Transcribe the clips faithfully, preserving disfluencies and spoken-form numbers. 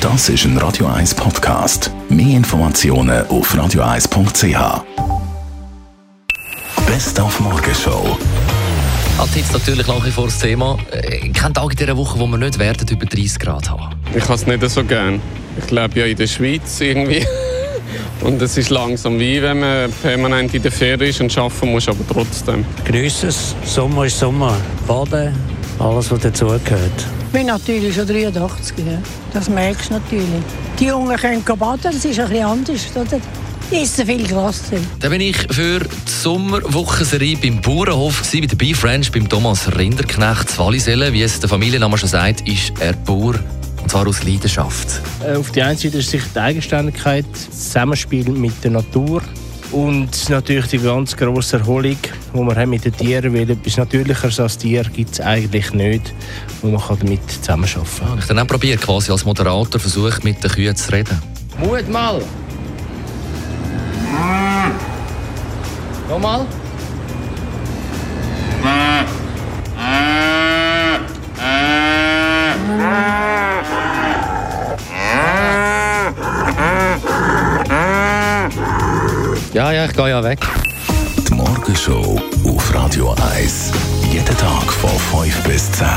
Das ist ein Radio eins Podcast. Mehr Informationen auf radio eins punkt c h. Best auf Morgenshow. Als jetzt natürlich nach wie vor das Thema. Äh, kein Tag in dieser Woche, wo wir nicht werden über dreißig Grad haben. Ich habe es nicht so gern. Ich lebe ja in der Schweiz irgendwie. Und es ist langsam wie wenn man permanent in der Ferien ist und arbeiten muss, aber trotzdem. Geniessen es. Sommer ist Sommer. Baden, alles, was dazugehört. Ich bin natürlich schon dreiundachtzig. Ja. Das merkst du natürlich. Die Jungen können baden, das ist ein bisschen anders. Oder? Ist viel Gras drin. Da bin ich für die Sommerwochenserie beim Bauernhof gewesen, bei der Beef Ranch, beim Thomas Rinderknecht zu Wallisellen. Wie es der Familienname schon sagt, ist er Bauer. Und zwar aus Leidenschaft. Auf der einen Seite ist sicher die Eigenständigkeit, das Zusammenspiel mit der Natur und natürlich die ganz grosse Erholung, die wir haben mit den Tieren haben. Etwas Natürlicheres als Tier gibt es eigentlich nicht, und man kann damit zusammenarbeiten. Ja, ich dann auch probiert, quasi als Moderator versucht, mit den Kühen zu reden. Mut mal! Nochmal? Ja, ja, ich gehe ja weg. Die Morgenshow auf Radio eins. Jeden Tag von fünf bis zehn.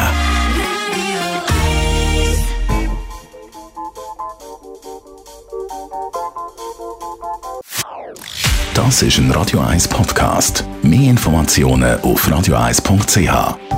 Das ist ein Radio eins Podcast. Mehr Informationen auf radio eins punkt c h.